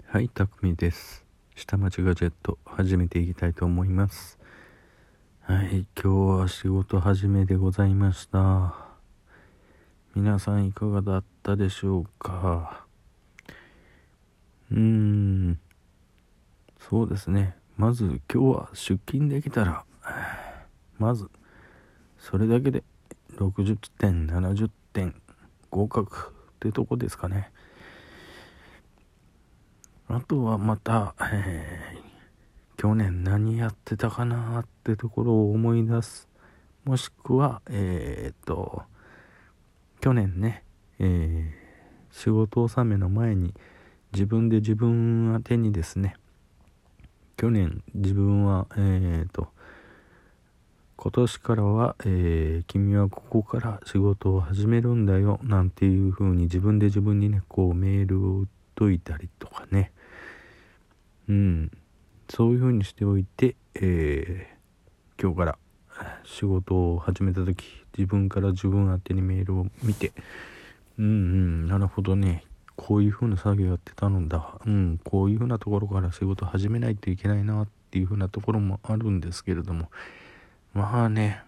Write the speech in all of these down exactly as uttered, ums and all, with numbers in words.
はい、たくみです。下町ガジェット始めていきたいと思います。はい、今日は仕事始めでございました。皆さんいかがだったでしょうか。うーん、そうですね。まず今日は出勤できたら、まずそれだけでろくじゅってん、ななじゅってん合格ってとこですかね。あとはまた、えー去年何やってたかなってところを思い出す。もしくは、えー、っと、去年ね、えー、仕事納めの前に自分で自分宛てにですね、去年自分は、えー、っと、今年からは、えー、君はここから仕事を始めるんだよなんていう風に自分で自分にね、こうメールを打っといたりとかね、うん、そういう風にしておいて、えー、今日から仕事を始めた時、自分から自分宛てにメールを見て、うんうんなるほどね、こういう風な作業やってたのだ、うんこういう風なところから仕事始めないといけないなっていう風なところもあるんですけれども、まあね、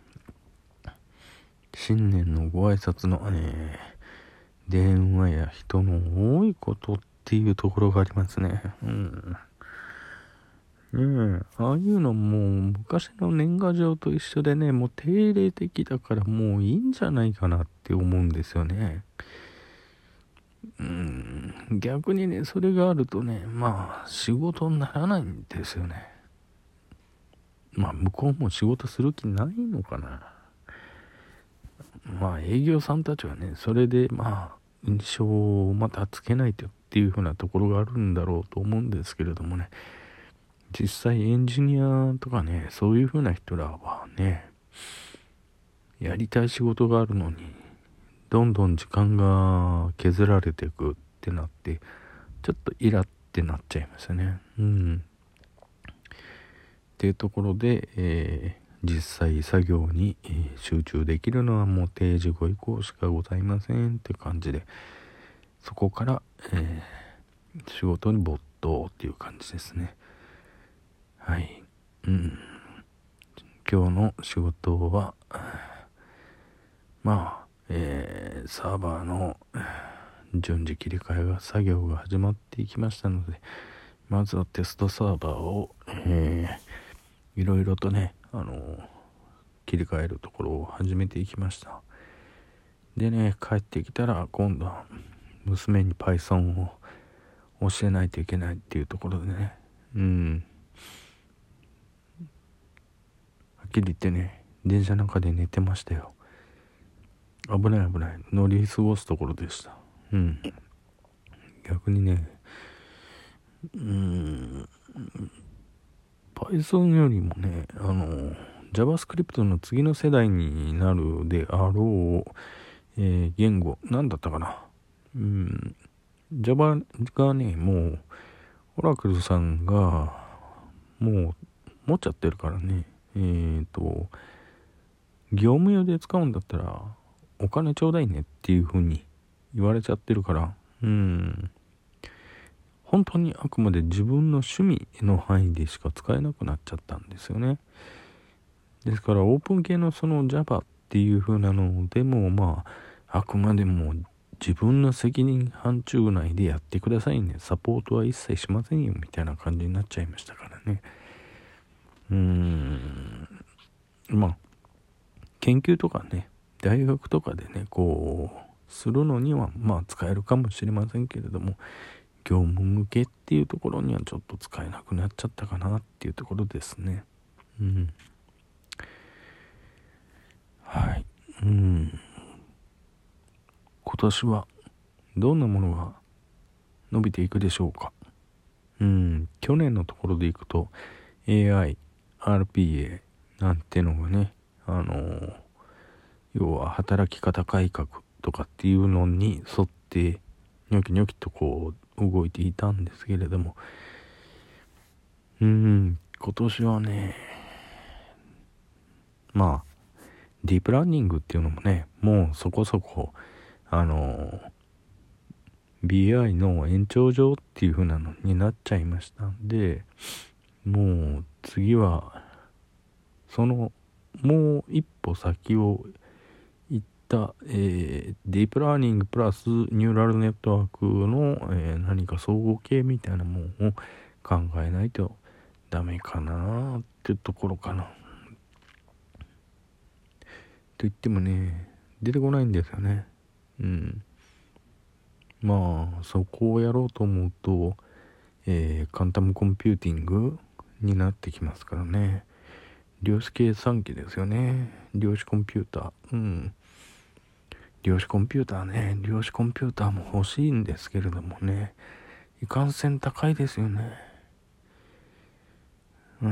新年のご挨拶の、えー、電話や人の多いことっていうところがありますね。うんねえ、ああいうのもう昔の年賀状と一緒でね、もう定例的だからもういいんじゃないかなって思うんですよね。うーん、逆にね、それがあるとね、まあ仕事にならないんですよね。まあ向こうも仕事する気ないのかな。まあ営業さんたちはね、それでまあ印象をまたつけないとっていう風なところがあるんだろうと思うんですけれどもね、実際エンジニアとかね、そういう風な人らはね、やりたい仕事があるのにどんどん時間が削られていくってなって、ちょっとイラってなっちゃいましたね。うんっていうところで、えー実際作業に、えー集中できるのはもう定時後以降しかございませんって感じで、そこから、えー仕事に没頭っていう感じですね。はい。うん今日の仕事はまあ、えーサーバーの順次切り替えが作業が始まっていきましたので、まずはテストサーバーを、えー、いろいろとね、あのー切り替えるところを始めていきました。でね、帰ってきたら今度は娘に Python を教えないといけないっていうところでね、うんはっきり言ってね、電車の中で寝てましたよ。危ない危ない、乗り過ごすところでした。うん逆にね、うーん Python よりもね、あの JavaScript の次の世代になるであろう、えー言語なんだったかな、うん Java がね、もうオラクルさんがもう持っちゃってるからね、えーと業務用で使うんだったらお金ちょうだいねっていう風に言われちゃってるから、うん本当にあくまで自分の趣味の範囲でしか使えなくなっちゃったんですよね。ですからオープン系のその Java っていう風なのでも、まああくまでも自分の責任範疇内でやってくださいね、サポートは一切しませんよみたいな感じになっちゃいましたからね。うーんまあ研究とかね、大学とかでねこうするのにはまあ使えるかもしれませんけれども、業務向けっていうところにはちょっと使えなくなっちゃったかなっていうところですね。うんはいうん今年はどんなものが伸びていくでしょうか。うん去年のところでいくと エーアイ、アールピーエー なんてのがね、あのー要は働き方改革とかっていうのに沿ってニョキニョキとこう動いていたんですけれども、うーん今年はね、まあディープラーニングっていうのもね、もうそこそこあのビーアイ の延長上っていう風なのになっちゃいましたんで、もう次はそのもう一歩先を行った、えー、ディープラーニングプラスニューラルネットワークの、えー、何か総合系みたいなものを考えないとダメかなってところかな。と言ってもね、出てこないんですよね。うん。まあそこをやろうと思うと、えー、カンタムコンピューティングになってきますからね。量子計算機ですよね。量子コンピューター。うん。量子コンピューターね。量子コンピューターも欲しいんですけれどもね。いかんせん高いですよね。うん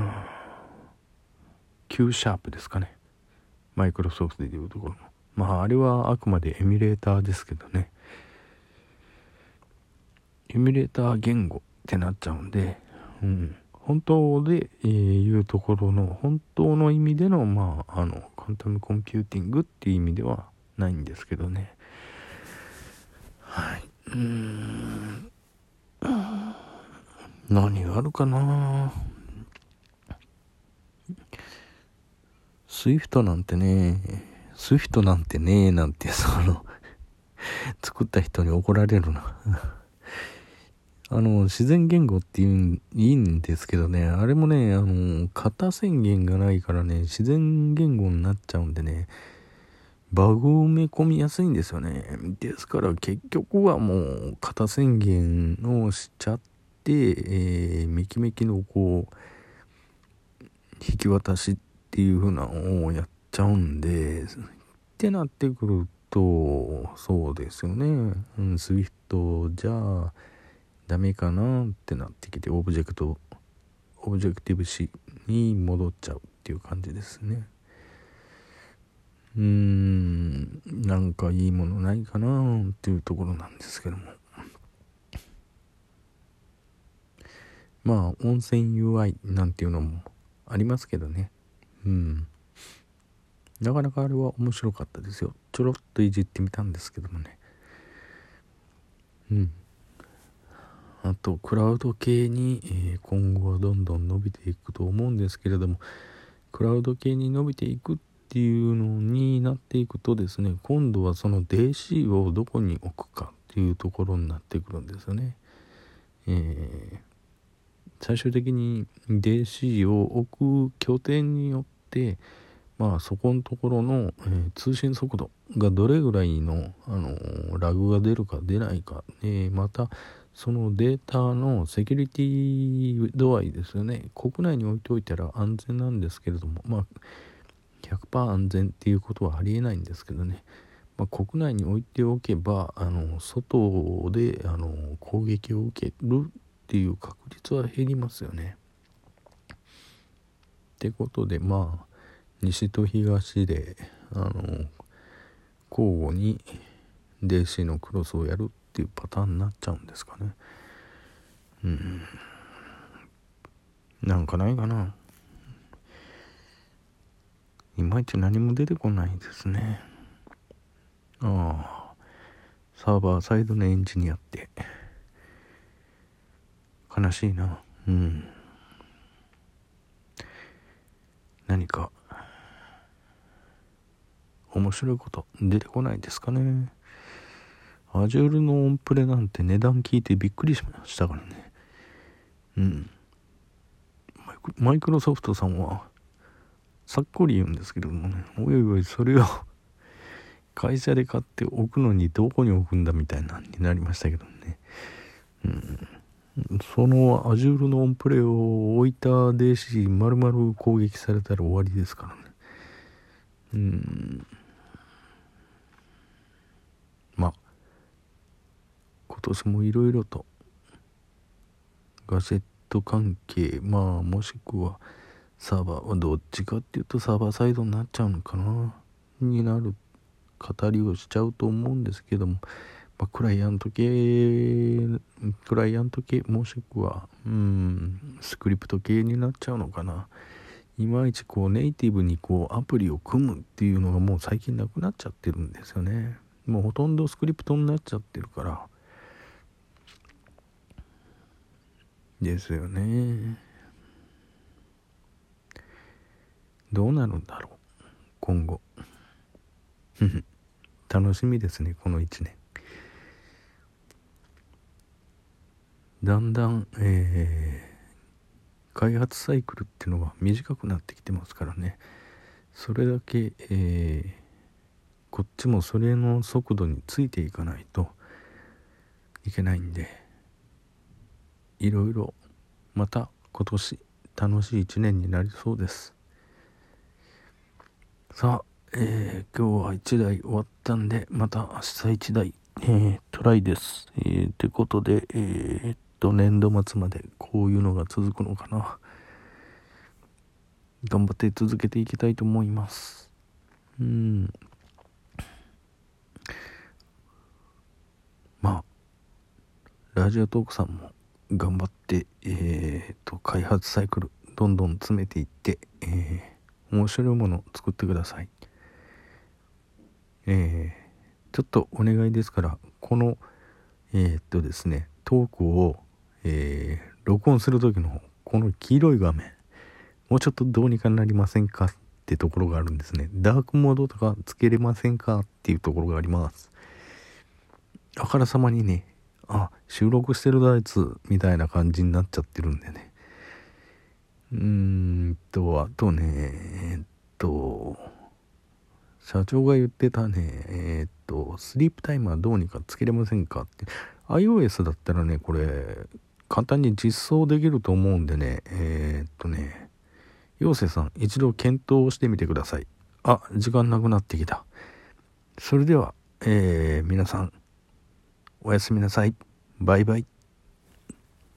。Q シャープですかね。マイクロソフトでいうところの。まああれはあくまでエミュレーターですけどね。エミュレーター言語ってなっちゃうんで、うん。本当で、えー、いうところの本当の意味でのまああのカンタムコンピューティングっていう意味ではないんですけどね。はい。うーん。何があるかな。スイフトなんてね、スイフトなんてねなんてその作った人に怒られるな。あの自然言語っていうんいいんですけどね、あれもね、あの型宣言がないからね、自然言語になっちゃうんでね、バグを埋め込みやすいんですよね。ですから結局はもう型宣言をしちゃって、えー、めきめきのこう引き渡しっていう風なのをやっちゃうんで、ってなってくるとそうですよね、うん、スイフトじゃあダメかなってなってきて、オブジェクトオブジェクティブ C に戻っちゃうっていう感じですね。うーん、なんかいいものないかなっていうところなんですけども、まあ温泉 ユーアイ なんていうのもありますけどね。うん、なかなかあれは面白かったですよ。ちょろっといじってみたんですけどもね。うん。あとクラウド系に、えー、今後はどんどん伸びていくと思うんですけれども、クラウド系に伸びていくっていうのになっていくとですね、今度はその ディーシー をどこに置くかっていうところになってくるんですよね。えー、最終的に ディーシー を置く拠点によって、まあそこのところの、えー、通信速度がどれぐらいの、あのー、ラグが出るか出ないか、えー、またそのデータのセキュリティ度合いですよね。国内に置いておいたら安全なんですけれども、まあ ひゃくパーセント 安全っていうことはありえないんですけどね、まあ、国内に置いておけばあの外であの攻撃を受けるっていう確率は減りますよね。ってことでまあ西と東であの交互に ディーシー のクロスをやるっていうパターンになっちゃうんですかね。うん、なんかないかな。いまいち何も出てこないですね。ああ、サーバーサイドのエンジニアって悲しいな。うん。何か面白いこと出てこないですかね。Azure のオンプレなんて値段聞いてびっくりしましたからね。うん。マイクロソフトさんはさっこり言うんですけれどもね、おいおいそれを会社で買っておくのにどこに置くんだみたいなになりましたけどね。うん。その Azure のオンプレを置いた ディーシー 丸々攻撃されたら終わりですからね。うん。まあ今年もいろいろとガジェット関係、まあもしくはサーバーはどっちかっていうとサーバーサイドになっちゃうのかなになる語りをしちゃうと思うんですけども、まあ、クライアント系クライアント系もしくはうんスクリプト系になっちゃうのかな。いまいちこうネイティブにこうアプリを組むっていうのがもう最近なくなっちゃってるんですよね。もうほとんどスクリプトになっちゃってるから、 ですよね。どうなるんだろう今後。楽しみですね、このいちねん。だんだん、えー、開発サイクルっていうのが短くなってきてますからね。それだけ、えー、こっちもそれの速度についていかないといけないんで、いろいろまた今年楽しいいちねんになりそうです。さあ、えー、今日はいちだい終わったんで、また明日いちだい、えー、トライです。えー、ってことで、えー、っと年度末までこういうのが続くのかな。頑張って続けていきたいと思います。うん。まあラジオトークさんも頑張って、えー、と開発サイクルどんどん詰めていって、えー、面白いものを作ってください。えー、ちょっとお願いですから、このえー、っとですねトークを、えー、録音する時のこの黄色い画面、もうちょっとどうにかなりませんかってところがあるんですね。ダークモードとかつけれませんかっていうところがあります。あからさまにね、あ、収録してるやつみたいな感じになっちゃってるんでね。うーんとあとねえー、っと社長が言ってたねえー、っとスリープタイマーどうにかつけれませんかって。 iOS だったらねこれ簡単に実装できると思うんでね、えー、っとね陽生さん一度検討してみてください。あ、時間なくなってきた。それでは、えー、皆さんおやすみなさい。バイバイ。